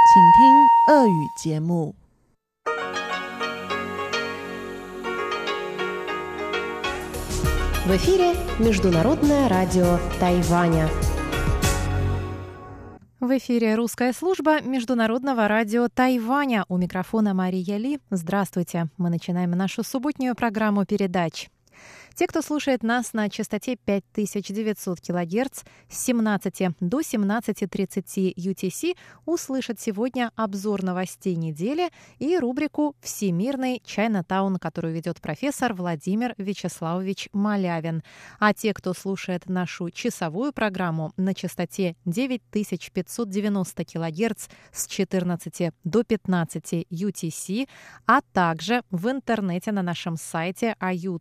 请听俄语节目。 В эфире Международное радио Тайваня. В эфире русская служба Международного радио Тайваня. У микрофона Мария Ли. Здравствуйте. Мы начинаем нашу субботнюю программу передач. Те, кто слушает нас на частоте 5900 кГц с 17 до 17:30 UTC, услышат сегодня обзор новостей недели и рубрику «Всемирный Чайнатаун», которую ведет профессор Владимир Вячеславович Малявин. А те, кто слушает нашу часовую программу на частоте 9590 кГц с 14 до 15 UTC, а также в интернете на нашем сайте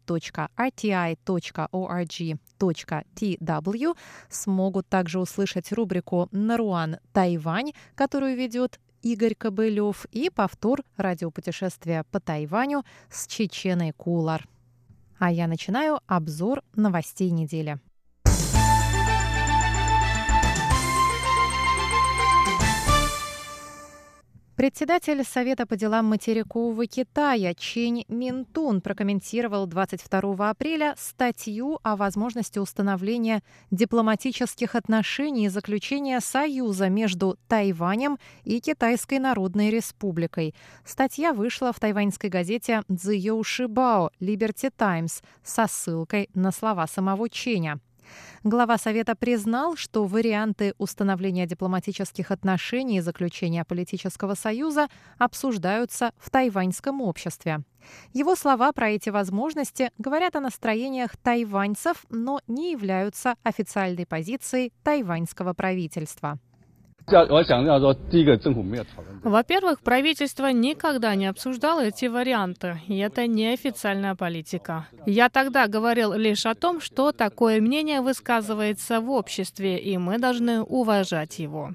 ru.rti.org.tw, смогут также услышать рубрику «Наруан Тайвань», которую ведет Игорь Кобылев, и повтор радиопутешествия по Тайваню с Чеченой Кулар. А я начинаю обзор новостей недели. Председатель Совета по делам материкового Китая Чен Минтун прокомментировал 22 апреля статью о возможности установления дипломатических отношений и заключения союза между Тайванем и Китайской Народной Республикой. Статья вышла в тайваньской газете «Цзiyou Shibao» Liberty Times со ссылкой на слова самого Ченя. Глава Совета признал, что варианты установления дипломатических отношений и заключения политического союза обсуждаются в тайваньском обществе. Его слова про эти возможности говорят о настроениях тайваньцев, но не являются официальной позицией тайваньского правительства. Во-первых, правительство никогда не обсуждало эти варианты, и это неофициальная политика. Я тогда говорил лишь о том, что такое мнение высказывается в обществе, и мы должны уважать его.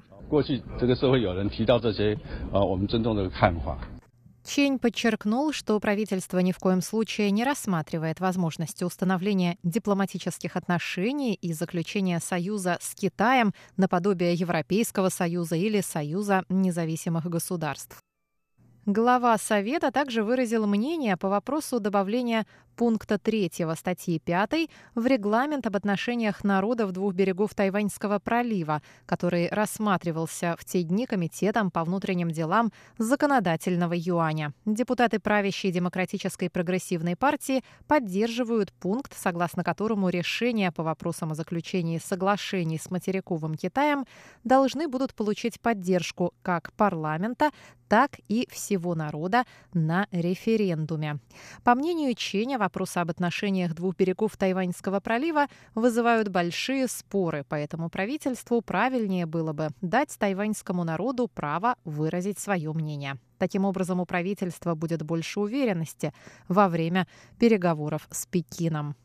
Чень подчеркнул, что правительство ни в коем случае не рассматривает возможности установления дипломатических отношений и заключения союза с Китаем наподобие Европейского союза или Союза независимых государств. Глава Совета также выразил мнение по вопросу добавления пункта 3 статьи 5 в регламент об отношениях народов двух берегов Тайваньского пролива, который рассматривался в те дни Комитетом по внутренним делам законодательного юаня. Депутаты правящей Демократической прогрессивной партии поддерживают пункт, согласно которому решения по вопросам о заключении соглашений с материковым Китаем должны будут получить поддержку как парламента, так и всего народа на референдуме. По мнению Ченя, вопросы об отношениях двух берегов Тайваньского пролива вызывают большие споры, поэтому правительству правильнее было бы дать тайваньскому народу право выразить свое мнение. Таким образом, у правительства будет больше уверенности во время переговоров с Пекином.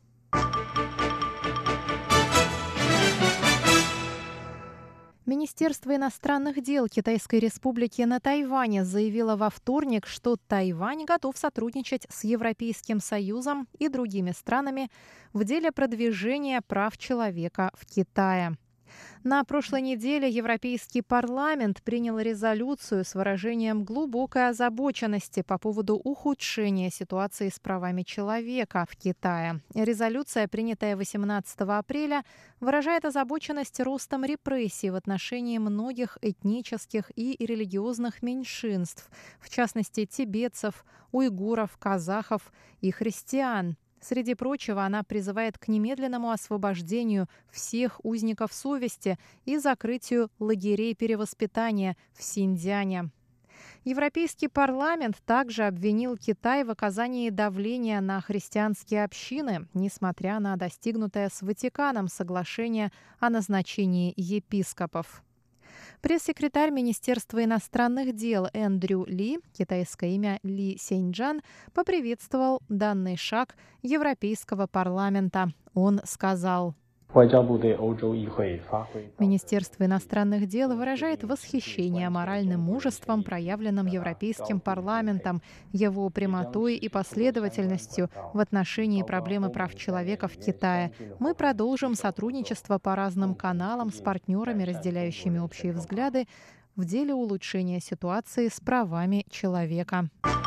Министерство иностранных дел Китайской Республики на Тайване заявило во вторник, что Тайвань готов сотрудничать с Европейским Союзом и другими странами в деле продвижения прав человека в Китае. На прошлой неделе Европейский парламент принял резолюцию с выражением глубокой озабоченности по поводу ухудшения ситуации с правами человека в Китае. Резолюция, принятая 18 апреля, выражает озабоченность ростом репрессий в отношении многих этнических и религиозных меньшинств, в частности тибетцев, уйгуров, казахов и христиан. Среди прочего, она призывает к немедленному освобождению всех узников совести и закрытию лагерей перевоспитания в Синьцзяне. Европейский парламент также обвинил Китай в оказании давления на христианские общины, несмотря на достигнутое с Ватиканом соглашение о назначении епископов. Пресс-секретарь Министерства иностранных дел Эндрю Ли, китайское имя Ли Сяньчжан, поприветствовал данный шаг Европейского парламента. Он сказал: Министерство иностранных дел выражает восхищение моральным мужеством, проявленным Европейским парламентом, его прямотой и последовательностью в отношении проблемы прав человека в Китае. Мы продолжим сотрудничество по разным каналам с партнерами, разделяющими общие взгляды, в деле улучшения ситуации с правами человека.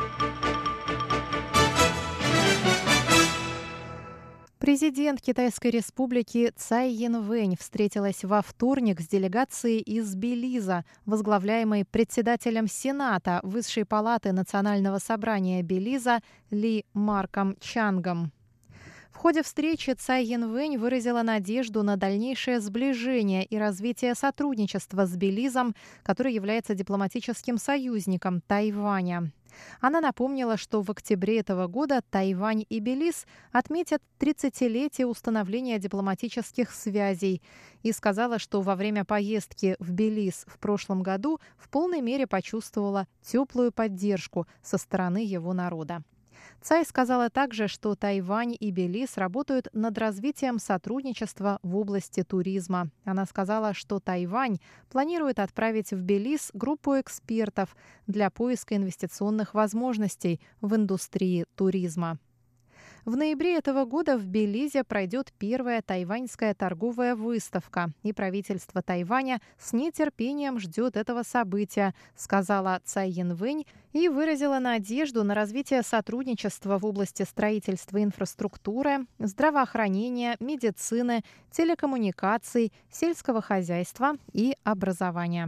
Президент Китайской республики Цай Янвэнь встретилась во вторник с делегацией из Белиза, возглавляемой председателем Сената Высшей палаты Национального собрания Белиза Ли Марком Чангом. В ходе встречи Цай Янвэнь выразила надежду на дальнейшее сближение и развитие сотрудничества с Белизом, который является дипломатическим союзником Тайваня. Она напомнила, что в октябре этого года Тайвань и Белиз отметят 30-летие установления дипломатических связей и сказала, что во время поездки в Белиз в прошлом году в полной мере почувствовала теплую поддержку со стороны его народа. Цай сказала также, что Тайвань и Белиз работают над развитием сотрудничества в области туризма. Она сказала, что Тайвань планирует отправить в Белиз группу экспертов для поиска инвестиционных возможностей в индустрии туризма. В ноябре этого года в Белизе пройдет первая тайваньская торговая выставка, и правительство Тайваня с нетерпением ждет этого события, сказала Цай Янвэнь и выразила надежду на развитие сотрудничества в области строительства инфраструктуры, здравоохранения, медицины, телекоммуникаций, сельского хозяйства и образования.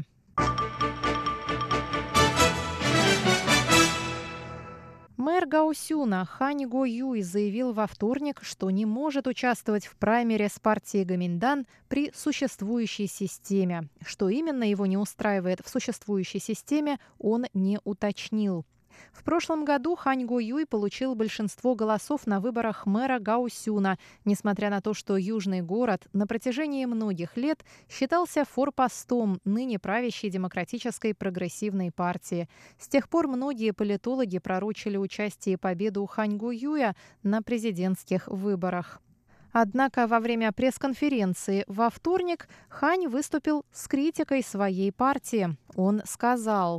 Мэр Гаосюна Хань Го-юй заявил во вторник, что не может участвовать в праймериз партии Гоминьдан при существующей системе. Что именно его не устраивает в существующей системе, он не уточнил. В прошлом году Хань Го-юй получил большинство голосов на выборах мэра Гаосюна, несмотря на то, что южный город на протяжении многих лет считался форпостом ныне правящей демократической прогрессивной партии. С тех пор многие политологи пророчили участие и победу Хань Го-юя на президентских выборах. Однако во время пресс-конференции во вторник Хань выступил с критикой своей партии. Он сказал: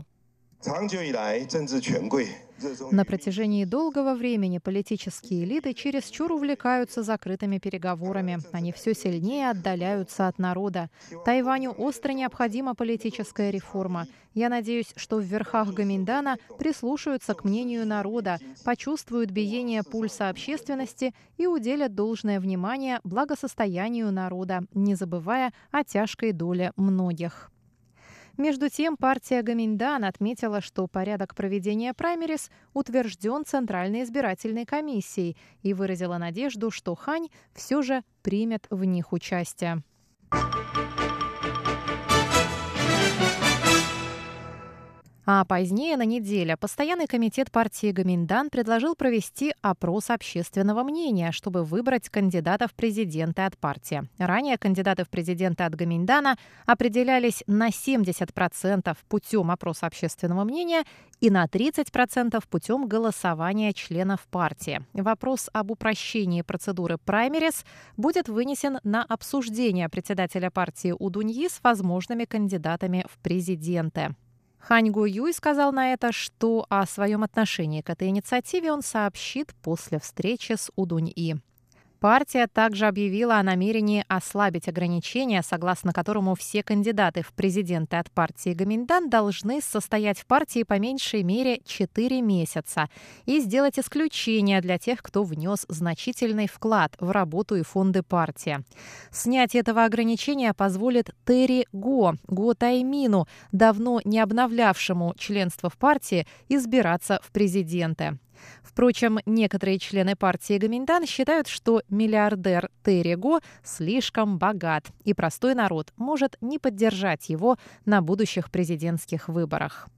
на протяжении долгого времени политические элиты чересчур увлекаются закрытыми переговорами. Они все сильнее отдаляются от народа. Тайваню остро необходима политическая реформа. Я надеюсь, что в верхах Гоминьдана прислушаются к мнению народа, почувствуют биение пульса общественности и уделят должное внимание благосостоянию народа, не забывая о тяжкой доле многих. Между тем, партия Гоминьдан отметила, что порядок проведения праймериз утвержден Центральной избирательной комиссией и выразила надежду, что Хань все же примет в них участие. А позднее на неделе Постоянный комитет партии Гоминьдан предложил провести опрос общественного мнения, чтобы выбрать кандидатов в президенты от партии. Ранее кандидаты в президенты от Гоминьдана определялись на 70% путем опроса общественного мнения и на 30% путем голосования членов партии. Вопрос об упрощении процедуры праймериз будет вынесен на обсуждение председателя партии У Дуньи с возможными кандидатами в президенты. Хань Го-юй сказал на это, что о своем отношении к этой инициативе он сообщит после встречи с У Дуньи. Партия также объявила о намерении ослабить ограничения, согласно которому все кандидаты в президенты от партии Гоминьдан должны состоять в партии по меньшей мере 4 месяца и сделать исключение для тех, кто внес значительный вклад в работу и фонды партии. Снятие этого ограничения позволит Терри Го Таймину, давно не обновлявшему членство в партии, избираться в президенты. Впрочем, некоторые члены партии Гоминьдан считают, что миллиардер Терри Го слишком богат, и простой народ может не поддержать его на будущих президентских выборах.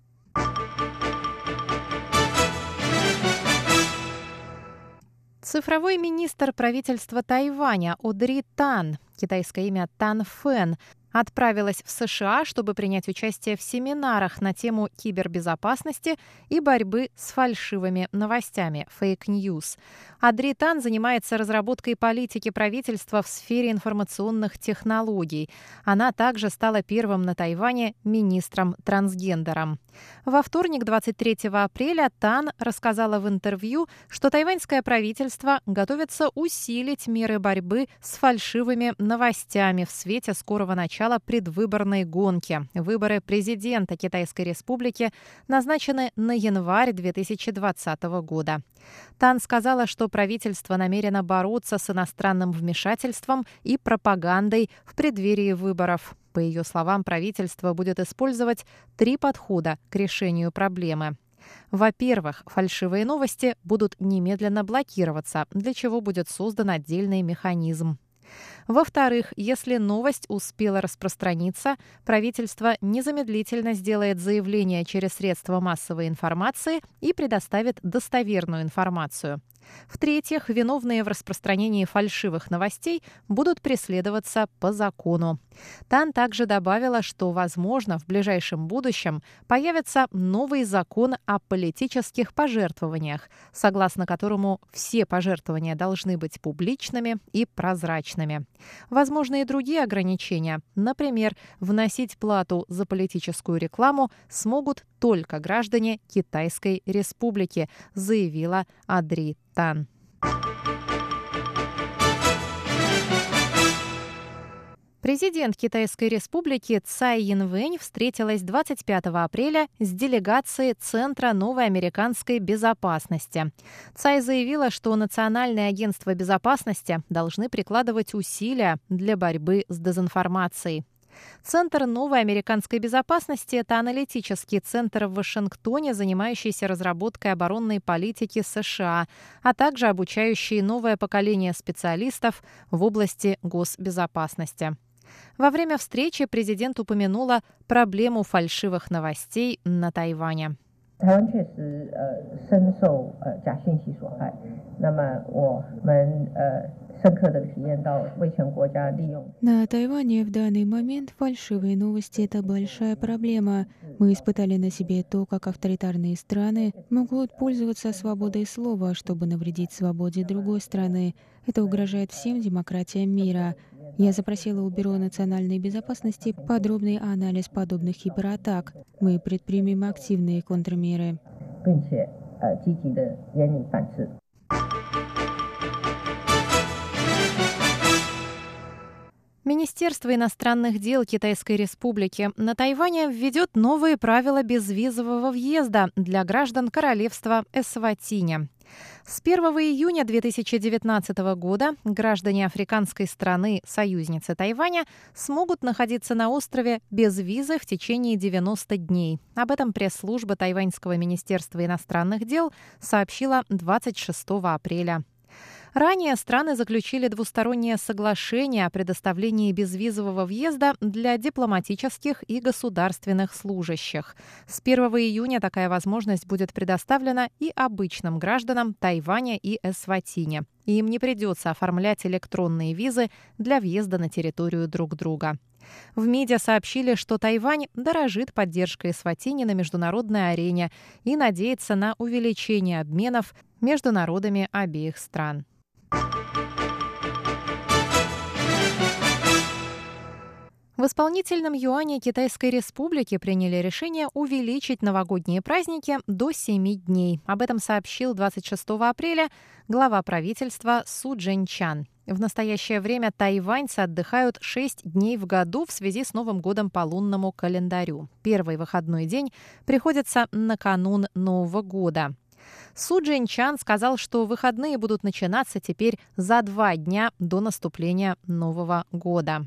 Цифровой министр правительства Тайваня Одри Тан, китайское имя Тан Фэн, отправилась в США, чтобы принять участие в семинарах на тему кибербезопасности и борьбы с фальшивыми новостями – фейк-ньюс. Одри Тан занимается разработкой политики правительства в сфере информационных технологий. Она также стала первым на Тайване министром-трансгендером. Во вторник, 23 апреля, Тан рассказала в интервью, что тайваньское правительство готовится усилить меры борьбы с фальшивыми новостями в свете скорого начала начало предвыборной гонки. Выборы президента Китайской Республики назначены на январь 2020 года. Тан сказала, что правительство намерено бороться с иностранным вмешательством и пропагандой в преддверии выборов. По ее словам, правительство будет использовать 3 подхода к решению проблемы. Во-первых, фальшивые новости будут немедленно блокироваться, для чего будет создан отдельный механизм. Во-вторых, если новость успела распространиться, правительство незамедлительно сделает заявление через средства массовой информации и предоставит достоверную информацию. В-третьих, виновные в распространении фальшивых новостей будут преследоваться по закону. Тан также добавила, что, возможно, в ближайшем будущем появится новый закон о политических пожертвованиях, согласно которому все пожертвования должны быть публичными и прозрачными. Возможны и другие ограничения. Например, вносить плату за политическую рекламу смогут только граждане Китайской Республики, заявила Адри Тан. Президент Китайской Республики Цай Янвэнь встретилась 25 апреля с делегацией Центра новой американской безопасности. Цай заявила, что национальные агентства безопасности должны прикладывать усилия для борьбы с дезинформацией. Центр новой американской безопасности – это аналитический центр в Вашингтоне, занимающийся разработкой оборонной политики США, а также обучающий новое поколение специалистов в области госбезопасности. Во время встречи президент упомянула проблему фальшивых новостей на Тайване. На Тайване в данный момент фальшивые новости – это большая проблема. Мы испытали на себе то, как авторитарные страны могут пользоваться свободой слова, чтобы навредить свободе другой страны. Это угрожает всем демократиям мира. Я запросила у Бюро национальной безопасности подробный анализ подобных кибератак. Мы предпримем активные контрмеры. Министерство иностранных дел Китайской Республики на Тайване введет новые правила безвизового въезда для граждан Королевства Эсватини. С 1 июня 2019 года граждане африканской страны, союзницы Тайваня, смогут находиться на острове без визы в течение 90 дней. Об этом пресс-служба Тайваньского министерства иностранных дел сообщила 26 апреля. Ранее страны заключили двустороннее соглашение о предоставлении безвизового въезда для дипломатических и государственных служащих. С 1 июня такая возможность будет предоставлена и обычным гражданам Тайваня и Эсватини. Им не придется оформлять электронные визы для въезда на территорию друг друга. В МИДе сообщили, что Тайвань дорожит поддержкой Эсватини на международной арене и надеется на увеличение обменов между народами обеих стран. В исполнительном юане Китайской Республики приняли решение увеличить новогодние праздники до 7 дней. Об этом сообщил 26 апреля глава правительства Су Чжэньчан. В настоящее время тайваньцы отдыхают 6 дней в году в связи с Новым годом по лунному календарю. Первый выходной день приходится на канун Нового года. Су Чжэньчан сказал, что выходные будут начинаться теперь за 2 дня до наступления Нового года.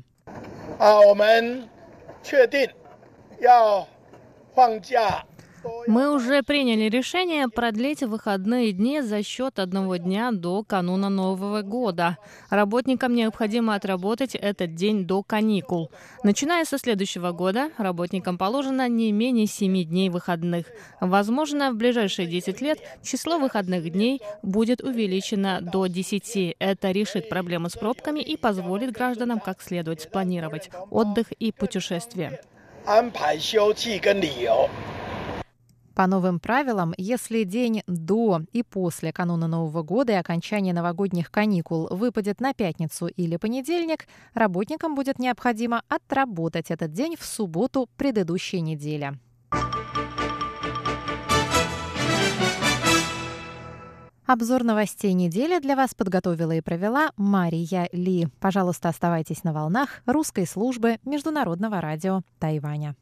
Мы уже приняли решение продлить выходные дни за счет 1 дня до кануна Нового года. Работникам необходимо отработать этот день до каникул. Начиная со следующего года, работникам положено не менее 7 дней выходных. Возможно, в ближайшие 10 лет число выходных дней будет увеличено до 10. Это решит проблему с пробками и позволит гражданам как следует спланировать отдых и путешествия. По новым правилам, если день до и после кануна Нового года и окончания новогодних каникул выпадет на пятницу или понедельник, работникам будет необходимо отработать этот день в субботу предыдущей недели. Обзор новостей недели для вас подготовила и провела Мария Ли. Пожалуйста, оставайтесь на волнах русской службы Международного радио Тайваня.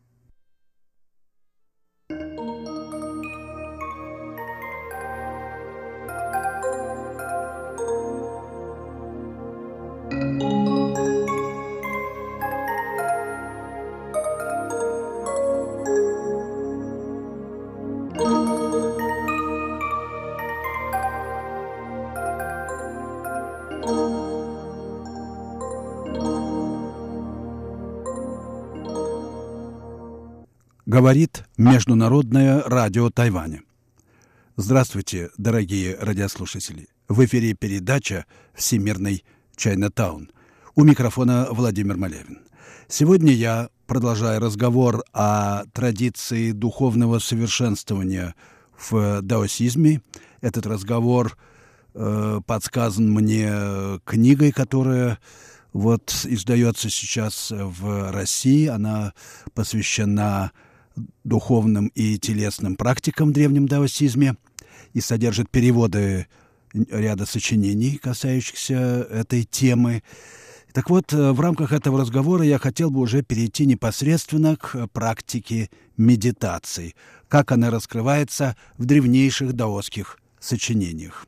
Говорит Международное радио Тайваня. Здравствуйте, дорогие радиослушатели. В эфире передача «Всемирный Чайнатаун». У микрофона Владимир Малявин. Сегодня я продолжаю разговор о традиции духовного совершенствования в даосизме. Этот разговор подсказан мне книгой, которая издается сейчас в России. Она посвящена духовным и телесным практикам в древнем даосизме и содержит переводы ряда сочинений, касающихся этой темы. Так вот, в рамках этого разговора я хотел бы уже перейти непосредственно к практике медитации, как она раскрывается в древнейших даосских сочинениях.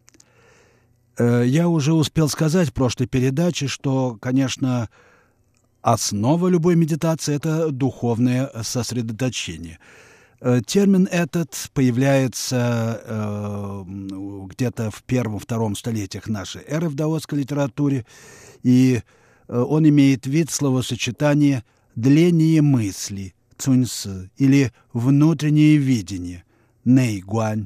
Я уже успел сказать в прошлой передаче, что, конечно, основа любой медитации – это духовное сосредоточение. Термин этот появляется где-то в первом-втором столетиях нашей эры в даосской литературе, и он имеет вид словосочетания «дление мысли» цуньсы или «внутреннее видение» нэйгуань.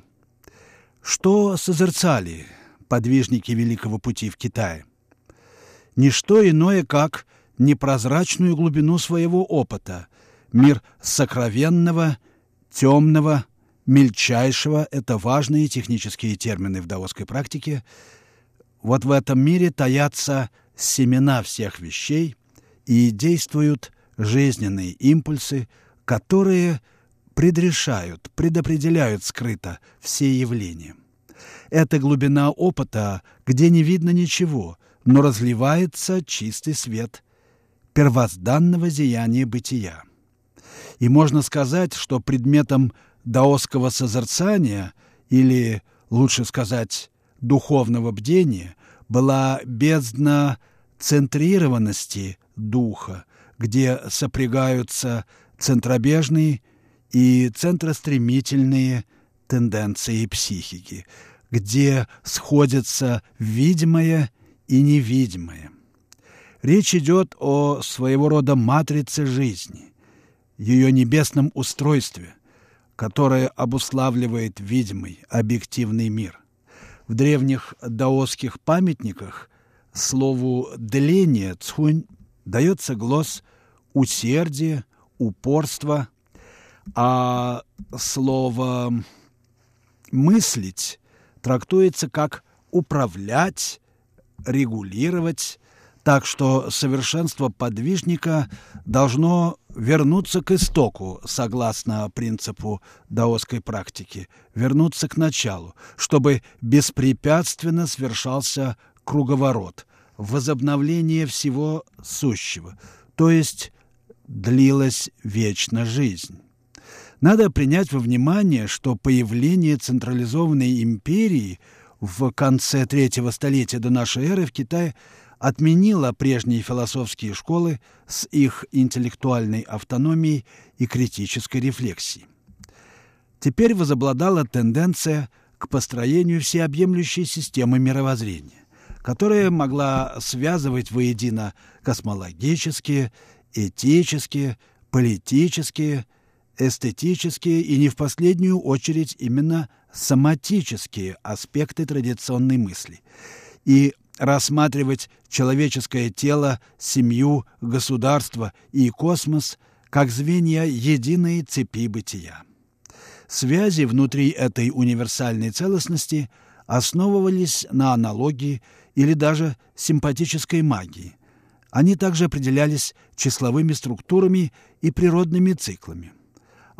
Что созерцали подвижники Великого Пути в Китае? Ничто иное, как непрозрачную глубину своего опыта, мир сокровенного, темного, мельчайшего — это важные технические термины в даосской практике. В этом мире таятся семена всех вещей и действуют жизненные импульсы, которые предопределяют скрыто все явления. Это глубина опыта, где не видно ничего, но разливается чистый свет первозданного зияния бытия. И можно сказать, что предметом даосского созерцания, или, лучше сказать, духовного бдения, была бездна центрированности духа, где сопрягаются центробежные и центростремительные тенденции психики, где сходятся видимое и невидимое. Речь идет о своего рода матрице жизни, ее небесном устройстве, которое обуславливает видимый, объективный мир. В древних даосских памятниках слову «дление» цхунь дается глос усердие, упорство, а слово «мыслить» трактуется как «управлять», «регулировать», так что совершенство подвижника должно вернуться к истоку, согласно принципу даосской практики, вернуться к началу, чтобы беспрепятственно свершался круговорот, возобновление всего сущего, то есть длилась вечна жизнь. Надо принять во внимание, что появление централизованной империи в конце 3-го столетия до нашей эры в Китае отменила прежние философские школы с их интеллектуальной автономией и критической рефлексией. Теперь возобладала тенденция к построению всеобъемлющей системы мировоззрения, которая могла связывать воедино космологические, этические, политические, эстетические и не в последнюю очередь именно соматические аспекты традиционной мысли и рассматривать человеческое тело, семью, государство и космос как звенья единой цепи бытия. Связи внутри этой универсальной целостности основывались на аналогии или даже симпатической магии. Они также определялись числовыми структурами и природными циклами.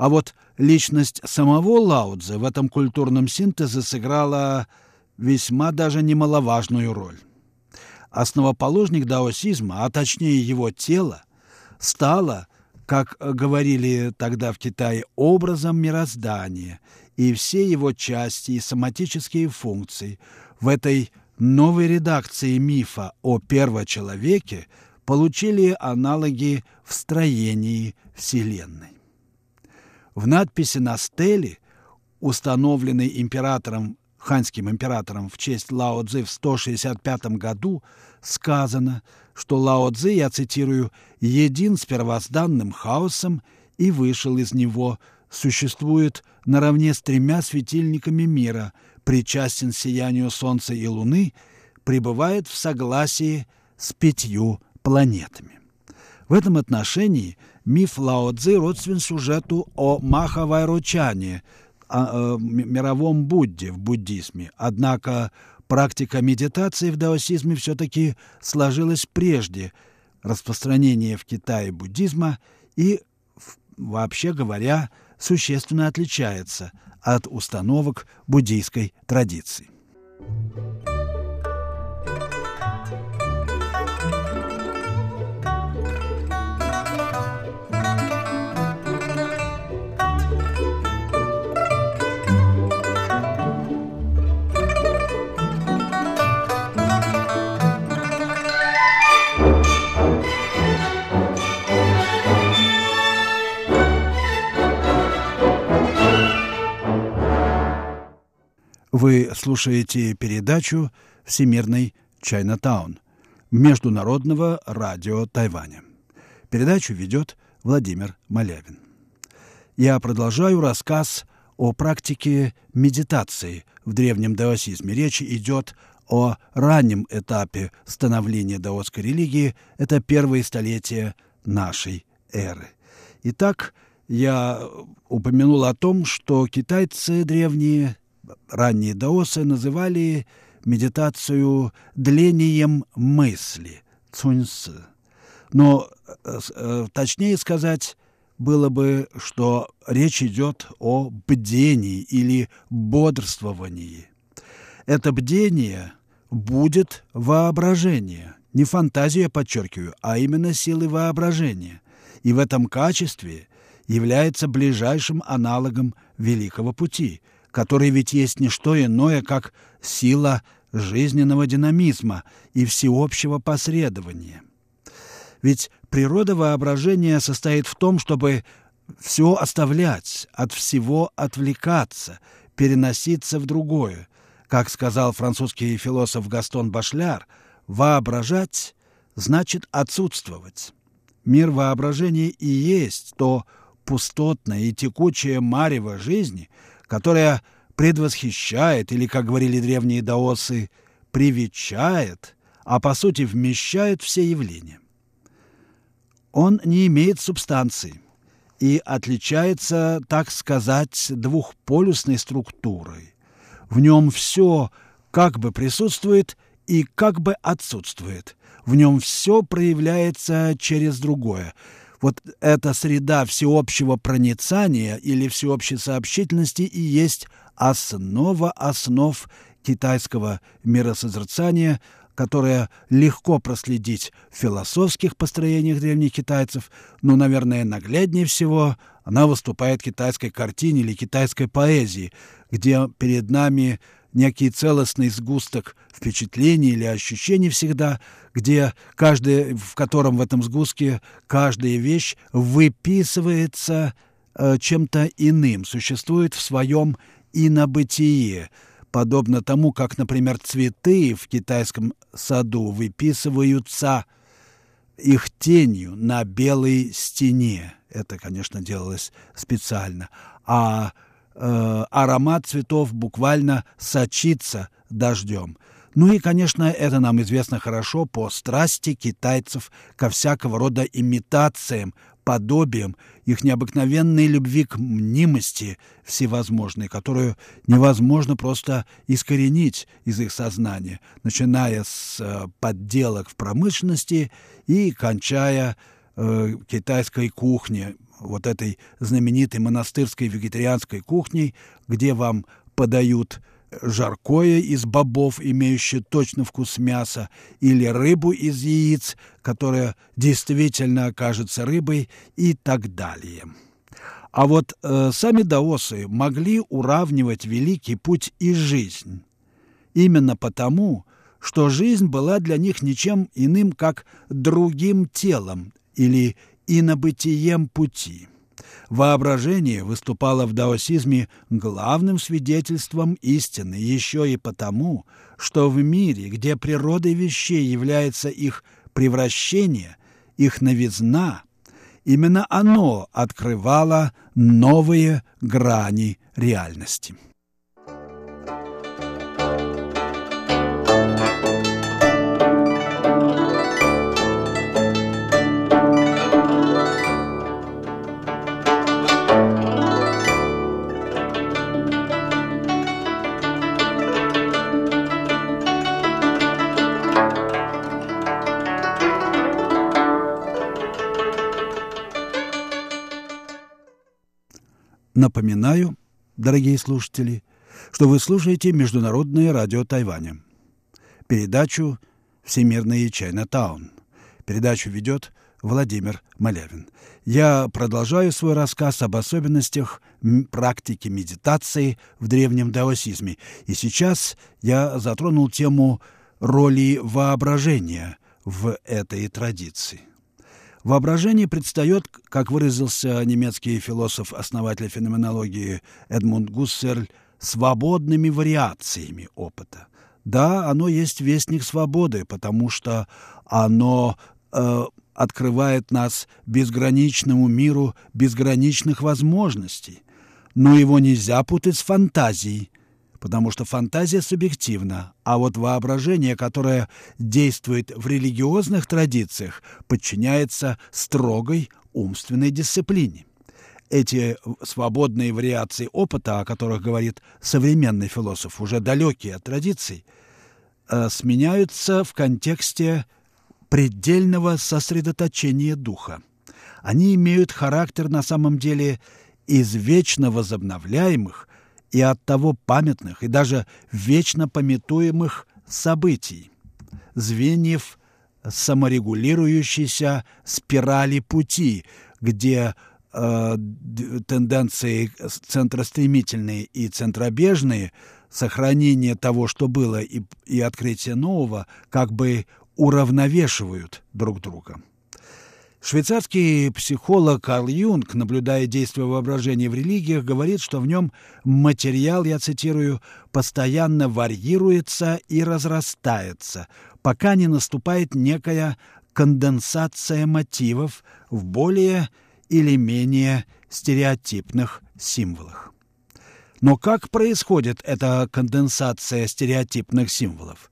А вот личность самого Лао Цзы в этом культурном синтезе сыграла весьма даже немаловажную роль. Основоположник даосизма, а точнее его тело, стало, как говорили тогда в Китае, образом мироздания, и все его части и соматические функции в этой новой редакции мифа о первочеловеке получили аналоги в строении Вселенной. В надписи на стеле, установленной ханьским императором в честь Лао Цзы в 165 году, сказано, что Лао Цзы, я цитирую, «един с первозданным хаосом и вышел из него, существует наравне с 3 светильниками мира, причастен сиянию солнца и луны, пребывает в согласии с 5 планетами». В этом отношении миф Лао Цзы родствен сюжету о Махавайрочане, о мировом Будде в буддизме. Однако практика медитации в даосизме все-таки сложилась прежде распространения в Китае буддизма и, вообще говоря, существенно отличается от установок буддийской традиции. Вы слушаете передачу «Всемирный Чайнатаун» Международного радио Тайваня. Передачу ведет Владимир Малявин. Я продолжаю рассказ о практике медитации в древнем даосизме. Речь идет о раннем этапе становления даосской религии. Это первые столетия нашей эры. Итак, я упомянул о том, что китайцы древние, ранние даосы, называли медитацию длением мысли, цуньсы. Но точнее сказать было бы, что речь идет о бдении или бодрствовании. Это бдение будет воображение, не фантазия, подчеркиваю, а именно силы воображения. И в этом качестве является ближайшим аналогом Великого Пути, который ведь есть не что иное, как сила жизненного динамизма и всеобщего посредования. Ведь природа воображения состоит в том, чтобы все оставлять, от всего отвлекаться, переноситься в другое. Как сказал французский философ Гастон Башляр, воображать значит отсутствовать. Мир воображения и есть то пустотное и текучее марево жизни, которая предвосхищает, или, как говорили древние даосы, привечает, а по сути вмещает все явления. Он не имеет субстанции и отличается, так сказать, двухполюсной структурой. В нем все как бы присутствует и как бы отсутствует. В нем все проявляется через другое. Вот эта среда всеобщего проницания или всеобщей сообщительности и есть основа основ китайского миросозерцания, которое легко проследить в философских построениях древних китайцев, но, наверное, нагляднее всего она выступает в китайской картине или китайской поэзии, где перед нами некий целостный сгусток впечатлений или ощущений всегда, в котором в этом сгустке каждая вещь выписывается чем-то иным, существует в своем инобытие, подобно тому, как, например, цветы в китайском саду выписываются их тенью на белой стене. Это, конечно, делалось специально. А аромат цветов буквально сочится дождем. Ну и, конечно, это нам известно хорошо по страсти китайцев ко всякого рода имитациям, подобиям, их необыкновенной любви к мнимости всевозможной, которую невозможно просто искоренить из их сознания, начиная с подделок в промышленности и кончая китайской кухней, вот этой знаменитой монастырской вегетарианской кухней, где вам подают жаркое из бобов, имеющее точно вкус мяса, или рыбу из яиц, которая действительно окажется рыбой, и так далее. А вот сами даосы могли уравнивать великий путь и жизнь. Именно потому, что жизнь была для них ничем иным, как другим телом или инобытием пути. Воображение выступало в даосизме главным свидетельством истины еще и потому, что в мире, где природой вещей является их превращение, их новизна, именно оно открывало новые грани реальности. Напоминаю, дорогие слушатели, что вы слушаете Международное радио Тайваня, передачу «Всемирный Чайна-таун». Передачу ведет Владимир Малявин. Я продолжаю свой рассказ об особенностях практики медитации в древнем даосизме. И сейчас я затронул тему роли воображения в этой традиции. Воображение предстает, как выразился немецкий философ-основатель феноменологии Эдмунд Гуссерль, свободными вариациями опыта. Да, оно есть вестник свободы, потому что оно открывает нас безграничному миру безграничных возможностей. Но его нельзя путать с фантазией, потому что фантазия субъективна, а вот воображение, которое действует в религиозных традициях, подчиняется строгой умственной дисциплине. Эти свободные вариации опыта, о которых говорит современный философ, уже далекие от традиций, сменяются в контексте предельного сосредоточения духа. Они имеют характер на самом деле извечно возобновляемых и оттого памятных, и даже вечно памятуемых событий, звеньев саморегулирующейся спирали пути, где тенденции центростремительные и центробежные, сохранение того, что было, и открытие нового, как бы уравновешивают друг друга. Швейцарский психолог Карл Юнг, наблюдая действия воображения в религиях, говорит, что в нем материал, я цитирую, «постоянно варьируется и разрастается, пока не наступает некая конденсация мотивов в более или менее стереотипных символах». Но как происходит эта конденсация стереотипных символов?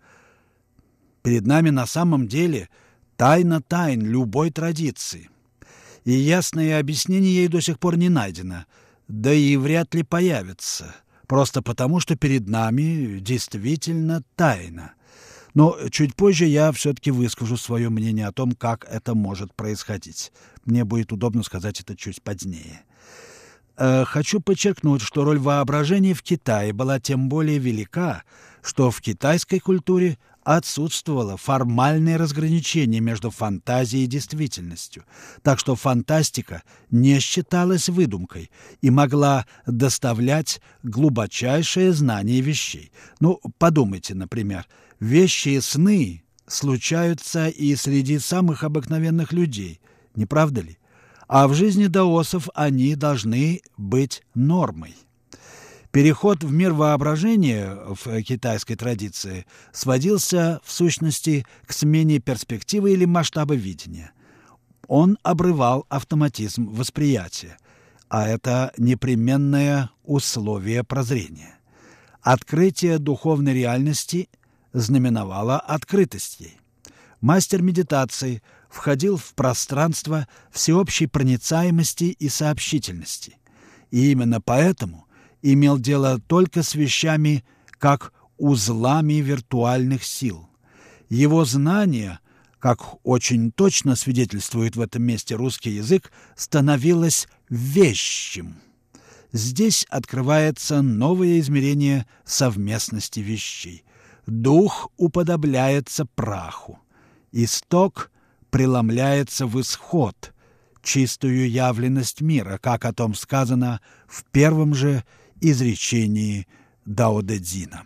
Перед нами на самом деле тайна тайн любой традиции. И ясное объяснение ей до сих пор не найдено, да и вряд ли появится, просто потому, что перед нами действительно тайна. Но чуть позже я все-таки выскажу свое мнение о том, как это может происходить. Мне будет удобно сказать это чуть позднее. Хочу подчеркнуть, что роль воображения в Китае была тем более велика, что в китайской культуре отсутствовало формальное разграничение между фантазией и действительностью, так что фантастика не считалась выдумкой и могла доставлять глубочайшее знание вещей. Ну, подумайте, например, вещи и сны случаются и среди самых обыкновенных людей, не правда ли? А в жизни даосов они должны быть нормой. Переход в мир воображения в китайской традиции сводился, в сущности, к смене перспективы или масштаба видения. Он обрывал автоматизм восприятия, а это непременное условие прозрения. Открытие духовной реальности знаменовало открытость ей. Мастер медитации входил в пространство всеобщей проницаемости и сообщительности, и именно поэтому имел дело только с вещами, как узлами виртуальных сил. Его знания как очень точно свидетельствует в этом месте русский язык, становилось вещим. Здесь открывается новое измерение совместности вещей. Дух уподобляется праху. Исток преломляется в исход, чистую явленность мира, как о том сказано в первом же изречении Дао Дэ Цзина.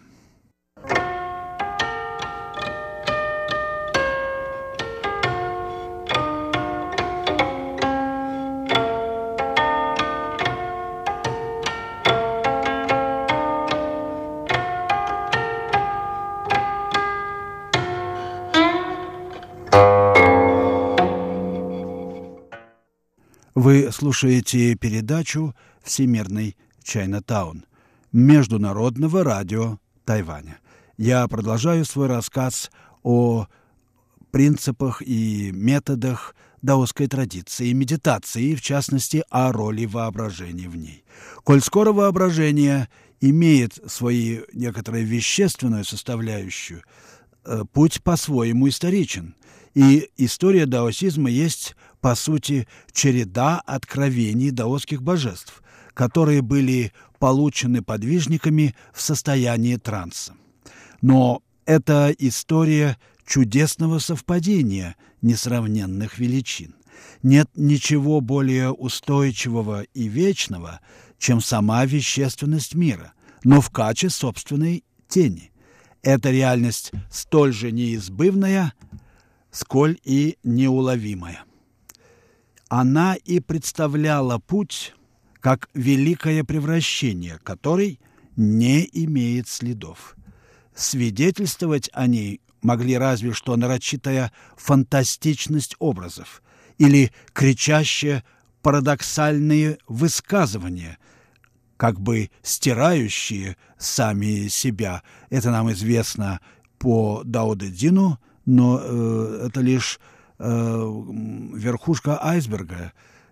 Вы слушаете передачу «Всемирный Чайнатаун» Международного радио Тайваня. Я продолжаю свой рассказ о принципах и методах даосской традиции и медитации, в частности, о роли воображения в ней. Коль скоро воображение имеет свою некоторую вещественную составляющую, путь по-своему историчен. И история даосизма есть, по сути, череда откровений даосских божеств, которые были получены подвижниками в состоянии транса. Но это история чудесного совпадения несравненных величин. Нет ничего более устойчивого и вечного, чем сама вещественность мира, но в качестве собственной тени. Эта реальность столь же неизбывная, сколь и неуловимая. Она и представляла путь как великое превращение, который не имеет следов. Свидетельствовать о ней могли разве что нарочитая фантастичность образов или кричащие парадоксальные высказывания, как бы стирающие сами себя. Это нам известно по Дао Дэ Цзину, но это лишь верхушка айсберга.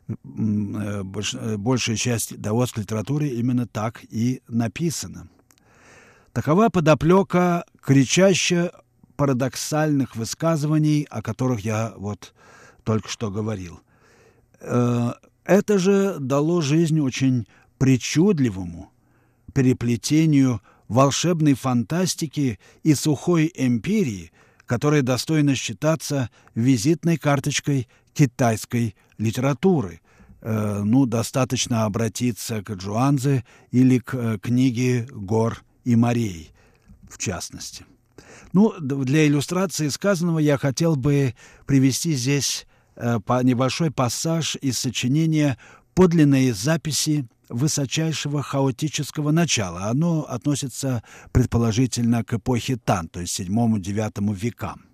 Большая часть даосской литературы именно так и написана. Такова подоплека кричаще парадоксальных высказываний, о которых я вот только что говорил. Это же дало жизнь очень причудливому переплетению волшебной фантастики и сухой эмпирии, которая достойна считаться визитной карточкой китайской литературы. Достаточно обратиться к Джуанзе или к книге «Гор и морей», в частности. Для иллюстрации сказанного я хотел бы привести здесь небольшой пассаж из сочинения «Подлинные записи высочайшего хаотического начала». Оно относится, предположительно, к эпохе Тан, то есть VII-IX векам.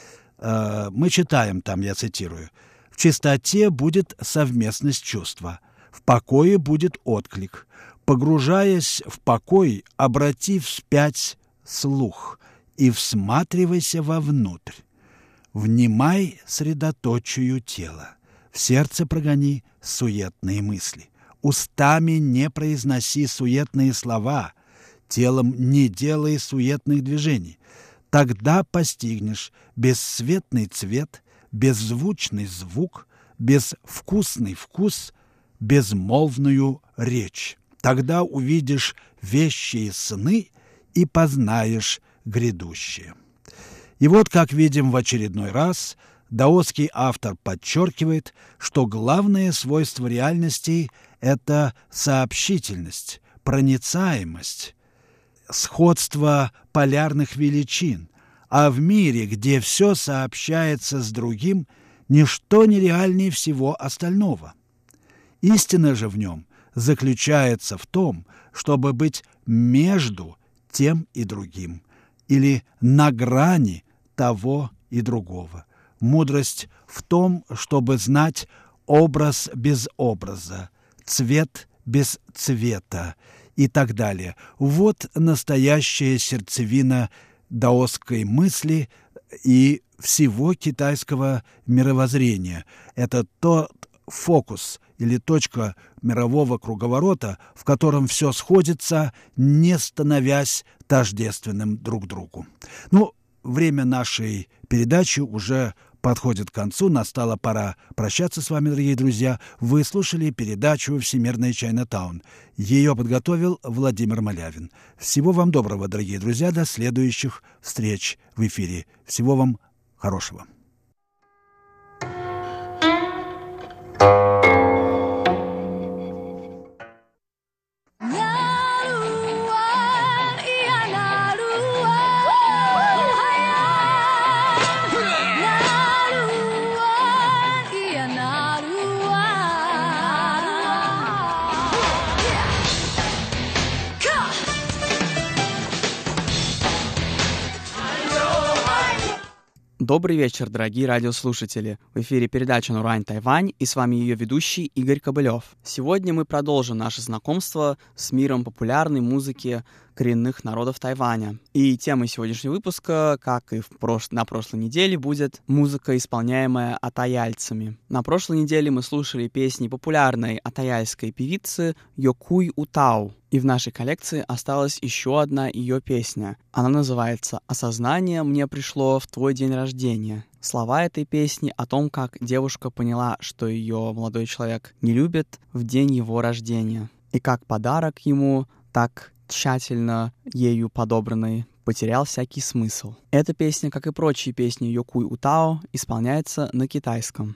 Мы читаем там, я цитирую: «В чистоте будет совместность чувства, в покое будет отклик. Погружаясь в покой, обрати вспять слух и всматривайся вовнутрь. Внимай средоточию тела, в сердце прогони суетные мысли. Устами не произноси суетные слова, телом не делай суетных движений. Тогда постигнешь бесцветный цвет, беззвучный звук, безвкусный вкус, безмолвную речь. Тогда увидишь вещие сны и познаешь грядущее». И вот, как видим в очередной раз, даосский автор подчеркивает, что главное свойство реальности – это сообщительность, проницаемость, сходство полярных величин, а в мире, где все сообщается с другим, ничто нереальнее всего остального. Истина же в нем заключается в том, чтобы быть между тем и другим, или на грани того и другого. Мудрость в том, чтобы знать образ без образа, цвет без цвета и так далее. Вот настоящая сердцевина даосской мысли и всего китайского мировоззрения. Это тот фокус или точка мирового круговорота, в котором все сходится, не становясь тождественным друг другу. Время нашей передачи уже подходит к концу. Настала пора прощаться с вами, дорогие друзья. Вы слушали передачу «Всемирный Чайнатаун». Ее подготовил Владимир Малявин. Всего вам доброго, дорогие друзья. До следующих встреч в эфире. Всего вам хорошего. Добрый вечер, дорогие радиослушатели. В эфире передача «Нурань Тайвань» и с вами ее ведущий Игорь Кобылев. Сегодня мы продолжим наше знакомство с миром популярной музыки коренных народов Тайваня. И темой сегодняшнего выпуска, как и на прошлой неделе, будет музыка, исполняемая атаяльцами. На прошлой неделе мы слушали песни популярной атаяльской певицы Йокуй Утау. И в нашей коллекции осталась еще одна ее песня. Она называется «Осознание мне пришло в твой день рождения». Слова этой песни о том, как девушка поняла, что ее молодой человек не любит в день его рождения. И как подарок ему, так тщательно ею подобранный, потерял всякий смысл. Эта песня, как и прочие песни Йокуй Утао, исполняется на китайском.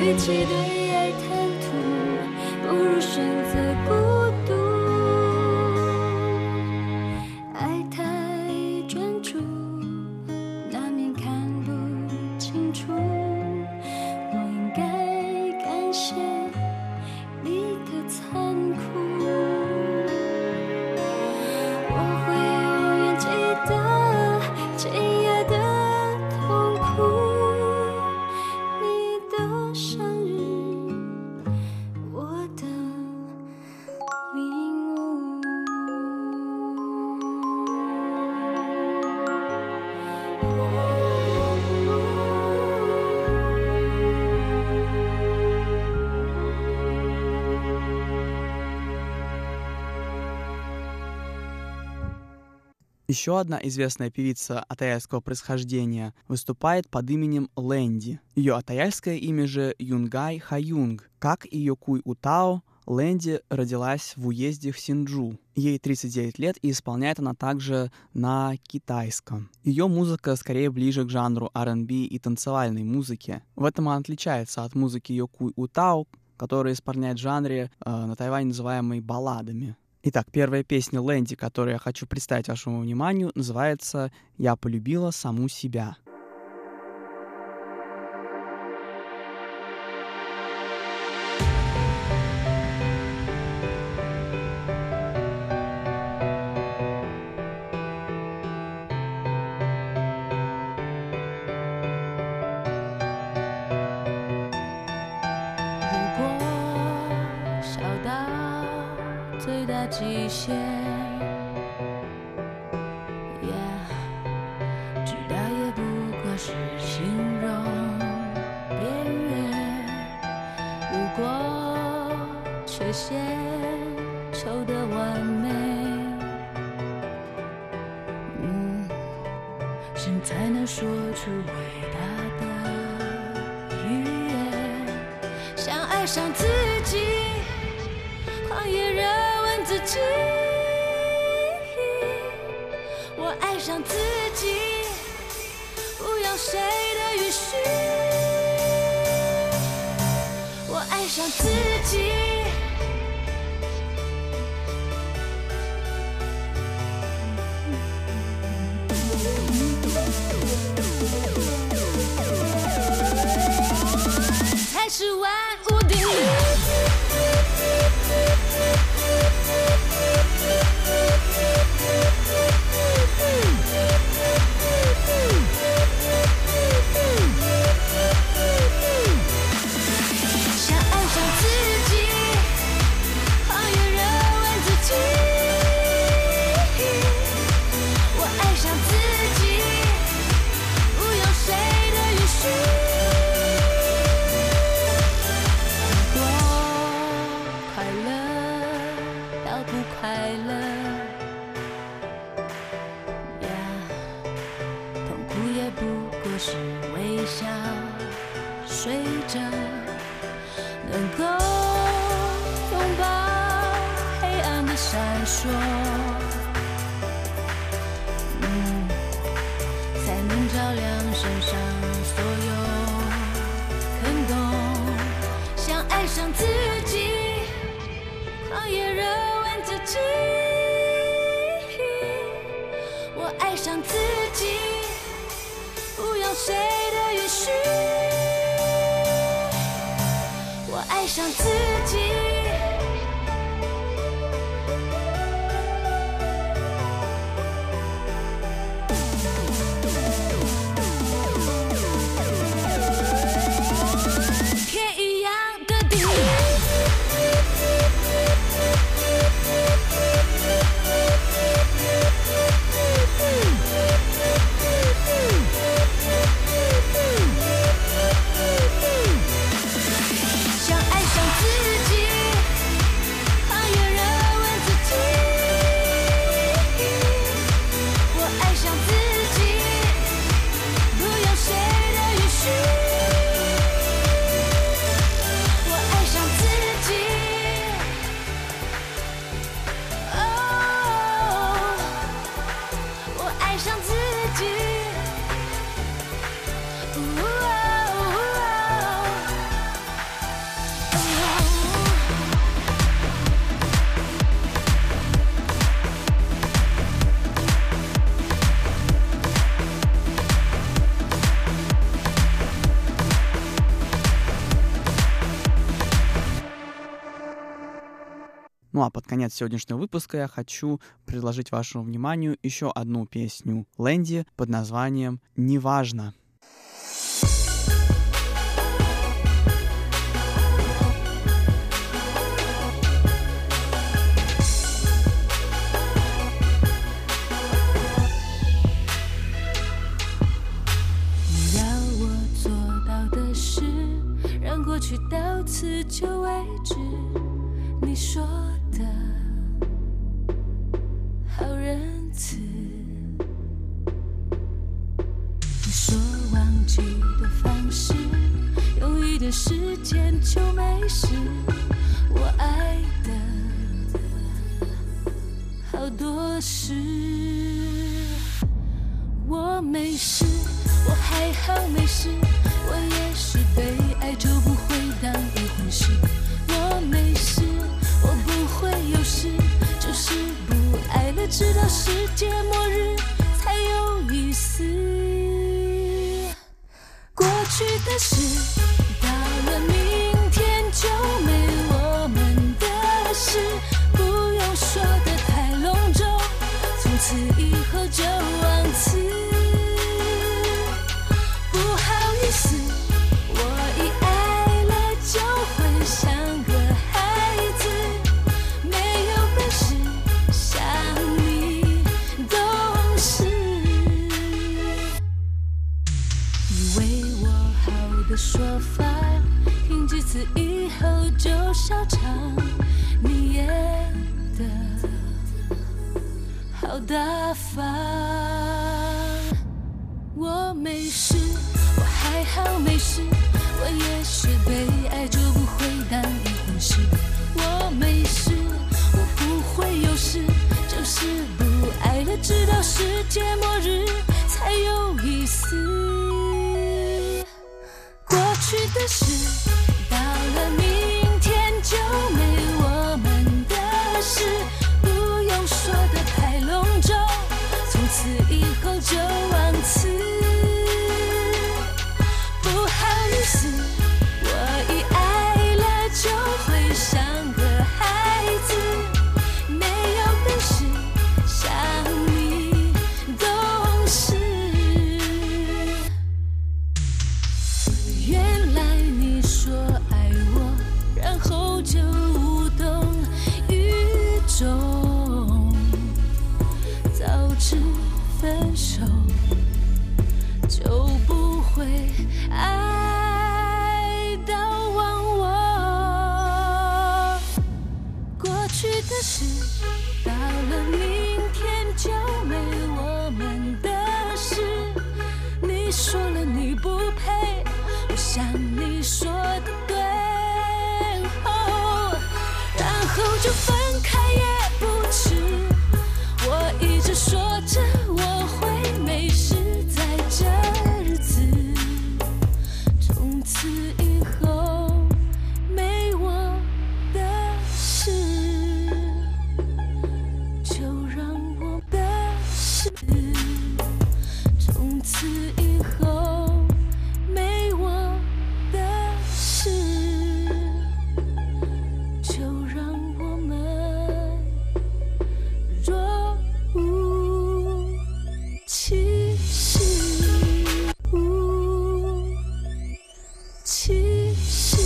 比起对爱贪图，不如选择孤独。爱太专注，难免看不清楚。我应该感谢你的残酷。我会永远记得今夜的痛苦。你的生日，我的礼物。 Еще одна известная певица атаяльского происхождения выступает под именем Лэнди. Ее атаяльское имя же Юнгай Хаюнг. Как и Йокуй Утао, Лэнди родилась в уезде в Синджу. Ей 39 лет, и исполняет она также на китайском. Ее музыка скорее ближе к жанру R&B и танцевальной музыки. В этом она отличается от музыки Йокуй Утао, которая исполняет в жанре на Тайване называемый балладами. Итак, первая песня Лэнди, которую я хочу представить вашему вниманию, называется «Я полюбила саму себя». 极限，知道也不过是形容边缘。如果缺陷求得完美，谁才能说出伟大的语言？想爱上自己，狂野热问自己，我爱上自己，不要谁的允许。我爱上自己，才是万物定律。想爱上自己，狂野热问自己，我爱上自己，不用谁的允许。如果快乐到不快乐，痛苦也不过是微笑睡着，能够拥抱黑暗的闪烁，才能照亮身上所有坑洞。想爱上自己，狂野热问自己，我爱上自己，不用谁的允许。我爱上自己，天一样的定律。想爱上自己， Ну а под конец сегодняшнего выпуска я хочу предложить вашему вниманию еще одну песню Лэнди под названием «Неважно». 到此就为止，你说的好仁慈。你说忘记的方式，用一点时间就没事。我爱的好多事，我没事，我还好没事。我也是被爱就不会当一回事，我没事，我不会有事，就是不爱了，直到世界末日才有意思。过去的事，到了明天就没我们的事，不用说得太隆重，从此以后就忘词。不好意思，我一爱了就会像个孩子，没有本事像你懂事。以为我好的说法，听几次以后就笑场，你演的好大方。我没事，我还好没事，我也是被爱就不会当一回事。我没事，我不会有事，就是不爱了，直到世界末日才有意思。过去的事，到了明天就没我们的事，不用说得太隆重，从此以后就忘词。不好意思，我一爱了就会像个孩子，没有本事像你懂事。原来你说爱我，然后就无动于衷，早知分手就不会爱到忘我。过去的事，到了明天就没我们的事。你说了你不配，我想你说的对，然后就分开也不迟。我一直说着我会没事，在这日子从此以后没我的事，就让我的事从此以后没我的事，就让我们若无其事，无其事。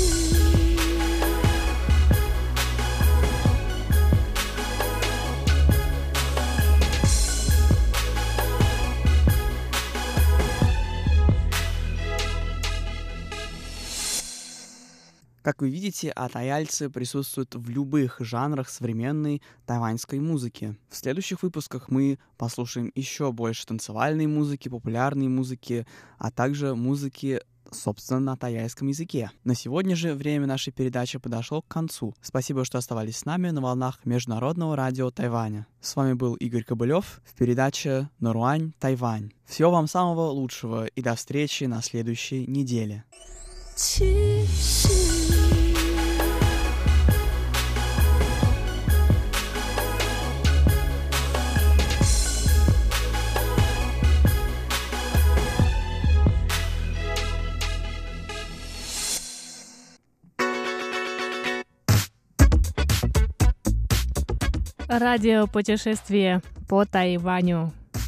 Как вы видите, атаяльцы присутствуют в любых жанрах современной тайваньской музыки. В следующих выпусках мы послушаем еще больше танцевальной музыки, популярной музыки, а также музыки, собственно, на тайваньском языке. На сегодня же время нашей передачи подошло к концу. Спасибо, что оставались с нами на волнах Международного радио Тайваня. С вами был Игорь Кобылев в передаче «Наруань, Тайвань». Всего вам самого лучшего и до встречи на следующей неделе. 其实 Радиопутешествие по Тайваню.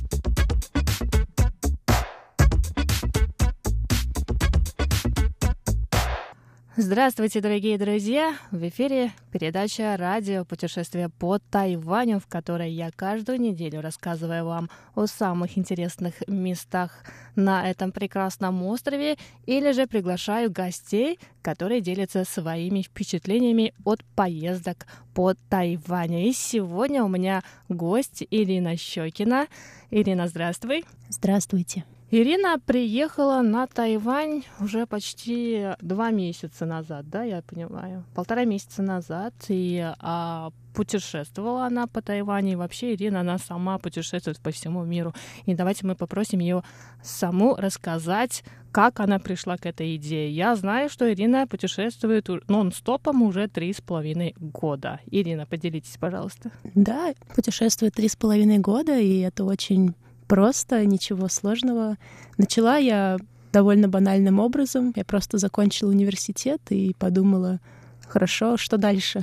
Здравствуйте, дорогие друзья! В эфире передача «Радио путешествие по Тайваню», в которой я каждую неделю рассказываю вам о самых интересных местах на этом прекрасном острове или же приглашаю гостей, которые делятся своими впечатлениями от поездок по Тайваню. И сегодня у меня гость Ирина Щекина. Ирина, здравствуй! Здравствуйте! Ирина приехала на Тайвань уже почти 2 месяца назад, да, я понимаю? 1,5 месяца назад. И путешествовала она по Тайваню. И вообще Ирина, она сама путешествует по всему миру. И давайте мы попросим ее саму рассказать, как она пришла к этой идее. Я знаю, что Ирина путешествует нон-стопом уже 3,5 года. Ирина, поделитесь, пожалуйста. Да, путешествую 3,5 года, и это очень просто, ничего сложного. Начала я довольно банальным образом. Я просто закончила университет и подумала, хорошо, что дальше?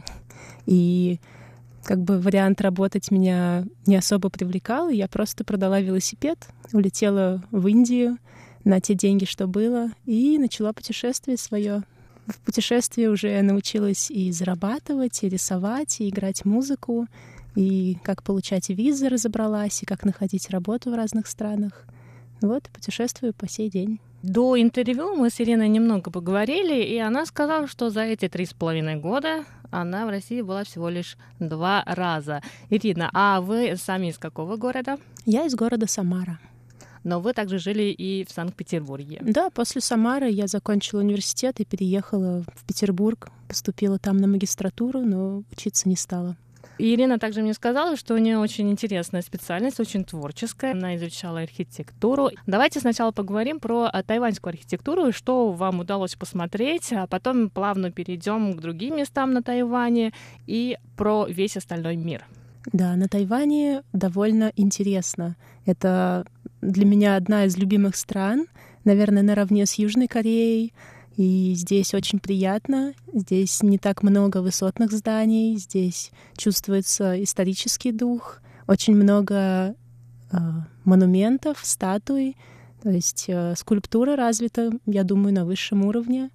И как бы вариант работать меня не особо привлекал, и я просто продала велосипед, улетела в Индию на те деньги, что было, и начала путешествие свое. В путешествии уже научилась и зарабатывать, и рисовать, и играть музыку, и как получать визы разобралась, и как находить работу в разных странах. Вот, путешествую по сей день. До интервью мы с Ириной немного поговорили, и она сказала, что за эти 3,5 года она в России была всего лишь 2 раза. Ирина, а вы сами из какого города? Я из города Самара. Но вы также жили и в Санкт-Петербурге. Да, после Самары я закончила университет и переехала в Петербург. Поступила там на магистратуру, но учиться не стала. Ирина также мне сказала, что у нее очень интересная специальность, очень творческая. Она изучала архитектуру. Давайте сначала поговорим про тайваньскую архитектуру, что вам удалось посмотреть, а потом плавно перейдем к другим местам на Тайване и про весь остальной мир. Да, на Тайване довольно интересно. Это для меня одна из любимых стран, наверное, наравне с Южной Кореей. И здесь очень приятно, здесь не так много высотных зданий, здесь чувствуется исторический дух, очень много монументов, статуй, то есть скульптура развита, я думаю, на высшем уровне,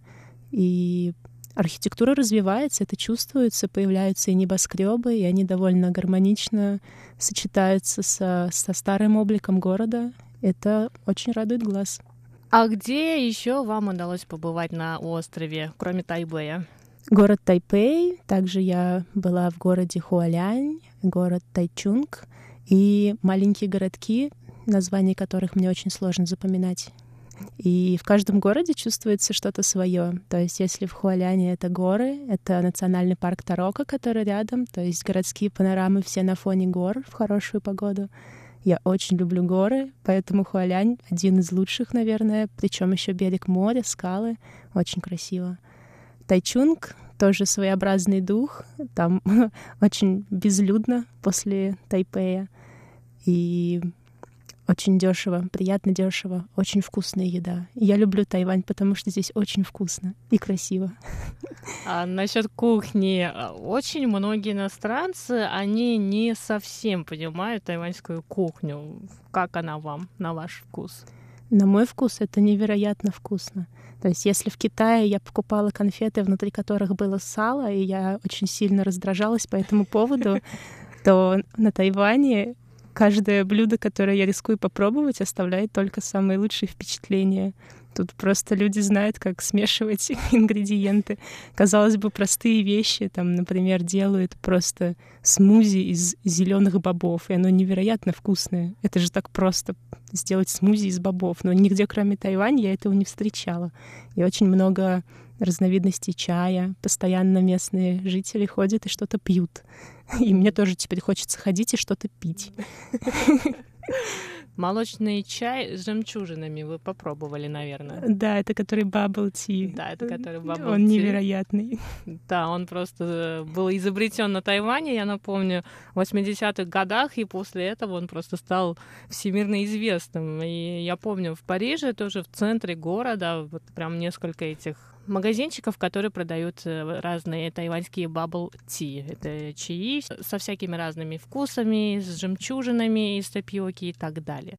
и архитектура развивается, это чувствуется, появляются и небоскребы, и они довольно гармонично сочетаются со старым обликом города, это очень радует глаз. А где еще вам удалось побывать на острове, кроме Тайбэя? Город Тайпэй, также я была в городе Хуалянь, город Тайчунг и маленькие городки, названия которых мне очень сложно запоминать. И в каждом городе чувствуется что-то свое. То есть если в Хуаляне это горы, это национальный парк Тарока, который рядом, то есть городские панорамы все на фоне гор в хорошую погоду. Я очень люблю горы, поэтому Хуалянь один из лучших, наверное, причем еще берег моря, скалы, очень красиво. Тайчунг тоже своеобразный дух, там очень безлюдно после Тайпэя и очень дешево, приятно дешево, очень вкусная еда. Я люблю Тайвань, потому что здесь очень вкусно и красиво. А насчет кухни, очень многие иностранцы, они не совсем понимают тайваньскую кухню. Как она вам, на ваш вкус? На мой вкус это невероятно вкусно. То есть если в Китае я покупала конфеты, внутри которых было сало, и я очень сильно раздражалась по этому поводу, то на Тайване каждое блюдо, которое я рискую попробовать, оставляет только самые лучшие впечатления. Тут просто люди знают, как смешивать ингредиенты. Казалось бы, простые вещи. Там, например, делают просто смузи из зеленых бобов, и оно невероятно вкусное. Это же так просто сделать смузи из бобов. Но нигде, кроме Тайваня, я этого не встречала. И очень много разновидностей чая. Постоянно местные жители ходят и что-то пьют. И мне тоже теперь хочется ходить и что-то пить. Молочный чай с жемчужинами вы попробовали, наверное. Да, это который bubble tea. Да, это который bubble tea. Он невероятный. Да, он просто был изобретен на Тайване, я напомню, в 80-х годах, и после этого он просто стал всемирно известным. И я помню, в Париже, тоже в центре города, вот прям несколько этих магазинчиков, которые продают разные тайваньские bubble tea. Это чаи со всякими разными вкусами, с жемчужинами из тапиоки и так далее.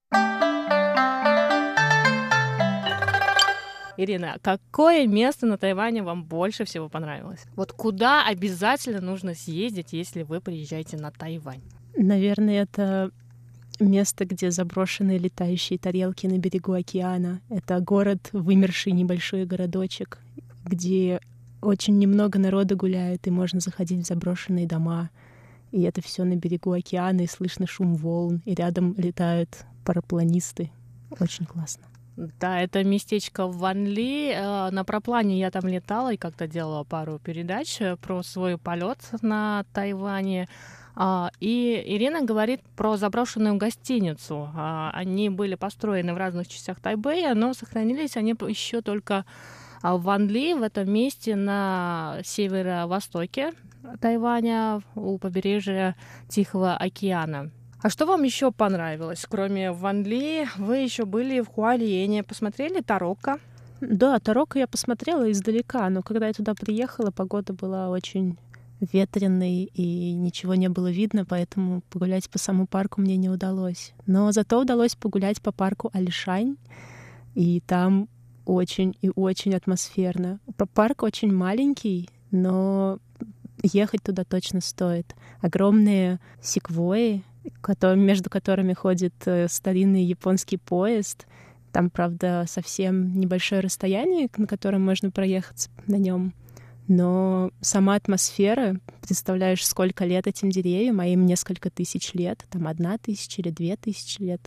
Ирина, какое место на Тайване вам больше всего понравилось? Вот куда обязательно нужно съездить, если вы приезжаете на Тайвань? Наверное, это место, где заброшенные летающие тарелки на берегу океана. Это город, вымерший небольшой городочек, где очень немного народа гуляет, и можно заходить в заброшенные дома. И это все на берегу океана, и слышно шум волн, и рядом летают парапланисты. Очень классно. Да, это местечко в Ванли. На проплане я там летала и как-то делала пару передач про свой полет на Тайване. И Ирина говорит про заброшенную гостиницу. Они были построены в разных частях Тайбэя, но сохранились они еще только в Ванли, в этом месте на северо-востоке Тайваня, у побережья Тихого океана. А что вам еще понравилось? Кроме Ванли, вы еще были в Хуалиене, посмотрели Тарока? Да, Тарока я посмотрела издалека, но когда я туда приехала, погода была очень ветреной, и ничего не было видно, поэтому погулять по самому парку мне не удалось. Но зато удалось погулять по парку Альшань, и там очень и очень атмосферно. Парк очень маленький, но ехать туда точно стоит. Огромные секвойи, между которыми ходит старинный японский поезд. Там, правда, совсем небольшое расстояние, на котором можно проехать на нем. Но сама атмосфера, представляешь, сколько лет этим деревьям, а им несколько тысяч лет, там 1000 или 2000 лет.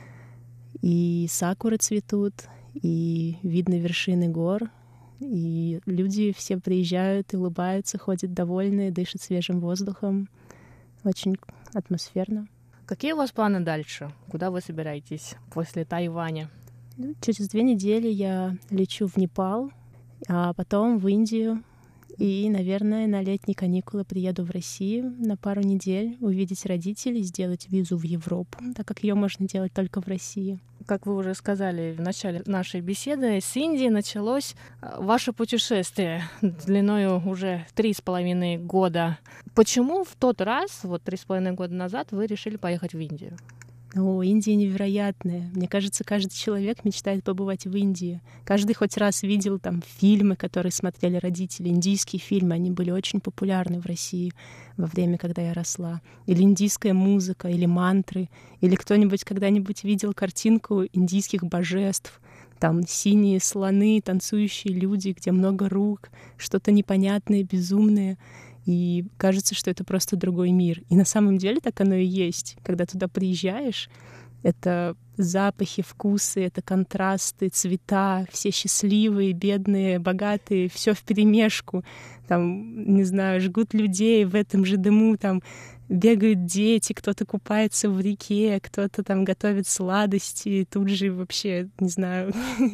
И сакуры цветут, и видно вершины гор, и люди все приезжают и улыбаются, ходят довольные, дышат свежим воздухом. Очень атмосферно. Какие у вас планы дальше? Куда вы собираетесь после Тайваня? Через 2 недели я лечу в Непал, а потом в Индию. И, наверное, на летние каникулы приеду в Россию на пару недель, увидеть родителей, сделать визу в Европу, так как ее можно делать только в России. Как вы уже сказали в начале нашей беседы, с Индии началось ваше путешествие длиною уже 3,5 года. Почему в тот раз, 3,5 года назад, вы решили поехать в Индию? Индия невероятная. Мне кажется, каждый человек мечтает побывать в Индии. Каждый хоть раз видел там фильмы, которые смотрели родители, индийские фильмы, они были очень популярны в России во время, когда я росла. Или индийская музыка, или мантры, или кто-нибудь когда-нибудь видел картинку индийских божеств, там синие слоны, танцующие люди, где много рук, что-то непонятное, безумное. И кажется, что это просто другой мир. И на самом деле так оно и есть. Когда туда приезжаешь, это запахи, вкусы, это контрасты, цвета, все счастливые, бедные, богатые, все вперемешку. Там, не знаю, жгут людей в этом же дыму, там бегают дети, кто-то купается в реке, кто-то там готовит сладости, тут же вообще, не знаю,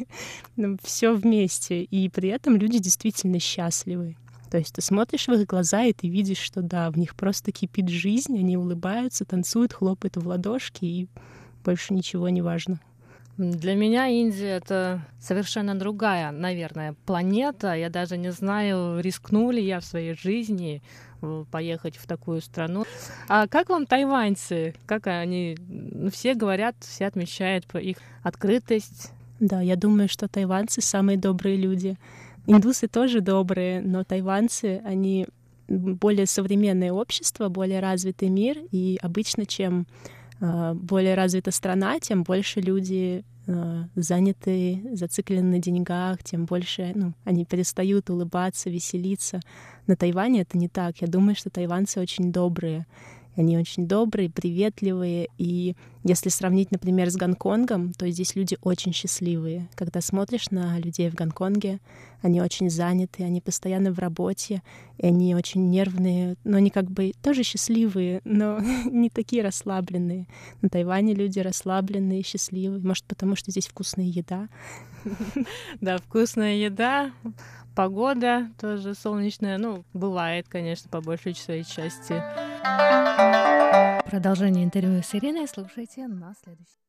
все вместе. И при этом люди действительно счастливы. То есть ты смотришь в их глаза, и ты видишь, что да, в них просто кипит жизнь, они улыбаются, танцуют, хлопают в ладошки, и больше ничего не важно. Для меня Индия — это совершенно другая, наверное, планета. Я даже не знаю, рискну ли я в своей жизни поехать в такую страну. А как вам тайваньцы? Как они? Все говорят, все отмечают их открытость. Да, я думаю, что тайваньцы самые добрые люди. Индусы тоже добрые, но тайваньцы, они более современное общество, более развитый мир, и обычно, чем более развита страна, тем больше люди заняты, зациклены на деньгах, тем больше они перестают улыбаться, веселиться. На Тайване это не так. Я думаю, что тайваньцы очень добрые. Они очень добрые, приветливые. И если сравнить, например, с Гонконгом, то здесь люди очень счастливые. Когда смотришь на людей в Гонконге, они очень заняты, они постоянно в работе, и они очень нервные, но они как бы тоже счастливые, но не такие расслабленные. На Тайване люди расслабленные, счастливые. Может, потому что здесь вкусная еда. Да, вкусная еда, погода тоже солнечная. Бывает, конечно, по большей своей части. Продолжение интервью с Ириной слушайте на следующий.